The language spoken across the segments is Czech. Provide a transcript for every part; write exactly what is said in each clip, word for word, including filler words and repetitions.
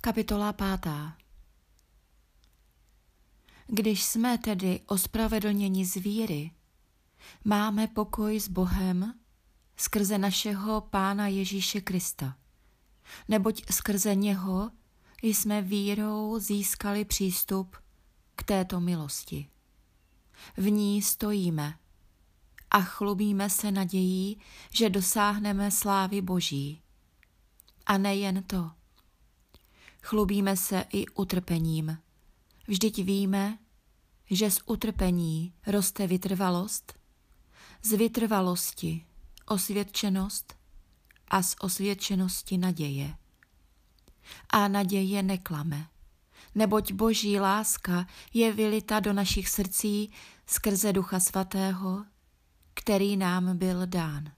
Kapitola pátá. Když jsme tedy ospravedlněni z víry, máme pokoj s Bohem skrze našeho Pána Ježíše Krista, neboť skrze něho jsme vírou získali přístup k této milosti. V ní stojíme a chlubíme se nadějí, že dosáhneme slávy Boží. A nejen to. Chlubíme se i utrpením. Vždyť víme, že z utrpení roste vytrvalost, z vytrvalosti osvědčenost a z osvědčenosti naděje. A naděje neklame, neboť Boží láska je vylita do našich srdcí skrze Ducha Svatého, který nám byl dán.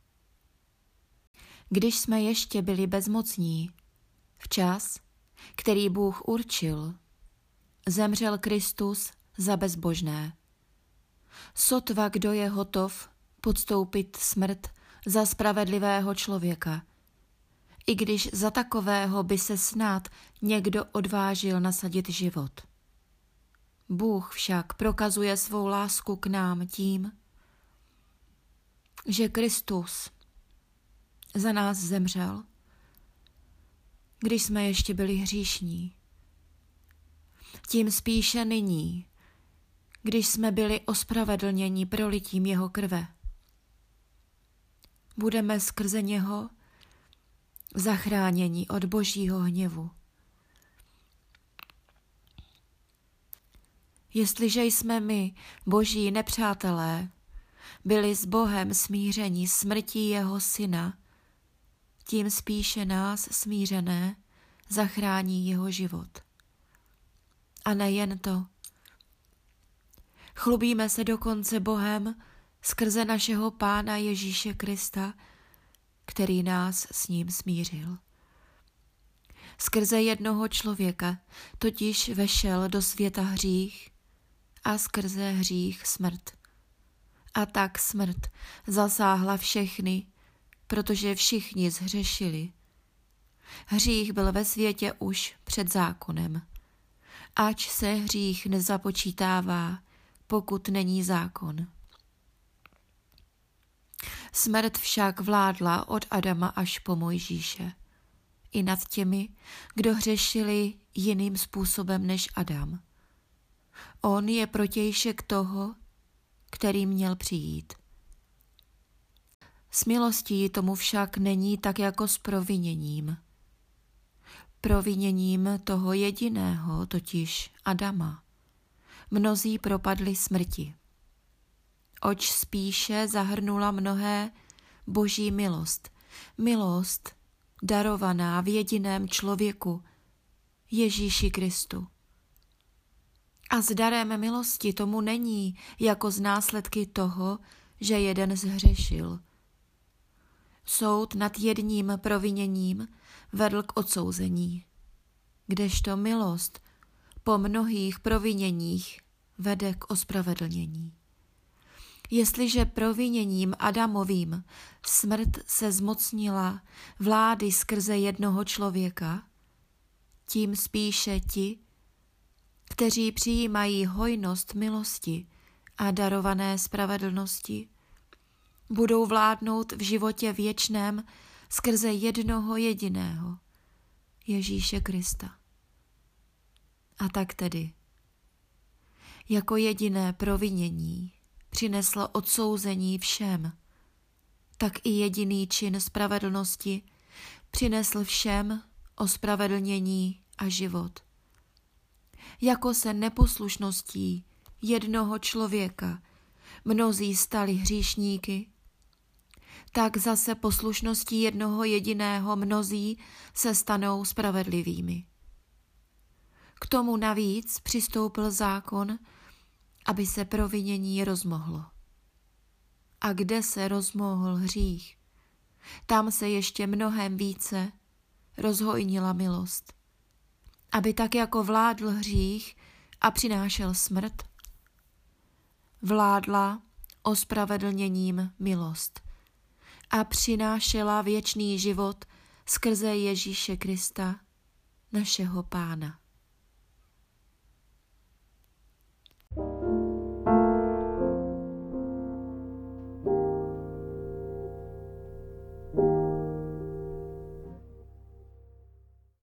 Když jsme ještě byli bezmocní, včas, který Bůh určil, zemřel Kristus za bezbožné. Sotva kdo je hotov podstoupit smrt za spravedlivého člověka, i když za takového by se snad někdo odvážil nasadit život. Bůh však prokazuje svou lásku k nám tím, že Kristus za nás zemřel, když jsme ještě byli hříšní. Tím spíše nyní, když jsme byli ospravedlněni prolitím jeho krve. Budeme skrze něho zachráněni od Božího hněvu. Jestliže jsme my, Boží nepřátelé, byli s Bohem smířeni smrtí jeho syna, tím spíše nás smířené zachrání jeho život. A nejen to. Chlubíme se dokonce Bohem skrze našeho Pána Ježíše Krista, který nás s ním smířil. Skrze jednoho člověka totiž vešel do světa hřích a skrze hřích smrt. A tak smrt zasáhla všechny, protože všichni zhřešili. Hřích byl ve světě už před zákonem, ač se hřích nezapočítává, pokud není zákon. Smrt však vládla od Adama až po Mojžíše, i nad těmi, kdo hřešili jiným způsobem než Adam. On je protějšek toho, který měl přijít. S milostí tomu však není tak jako s proviněním. Proviněním toho jediného, totiž Adama, mnozí propadli smrti. Oč spíše zahrnula mnohé Boží milost, milost darovaná v jediném člověku, Ježíši Kristu. A s darem milosti tomu není jako z následky toho, že jeden zhřešil. Soud nad jedním proviněním vedl k odsouzení, kdežto milost po mnohých proviněních vede k ospravedlnění. Jestliže proviněním Adamovým smrt se zmocnila vlády skrze jednoho člověka, tím spíše ti, kteří přijímají hojnost milosti a darované spravedlnosti, budou vládnout v životě věčném skrze jednoho jediného, Ježíše Krista. A tak tedy, jako jediné provinění přineslo odsouzení všem, tak i jediný čin spravedlnosti přinesl všem ospravedlnění a život. Jako se neposlušností jednoho člověka mnozí stali hříšníky, tak zase poslušností jednoho jediného mnozí se stanou spravedlivými. K tomu navíc přistoupil zákon, aby se provinění rozmohlo. A kde se rozmohl hřích, tam se ještě mnohem více rozhojnila milost, aby tak jako vládl hřích a přinášel smrt, vládla ospravedlněním milost a přinášela věčný život skrze Ježíše Krista, našeho Pána.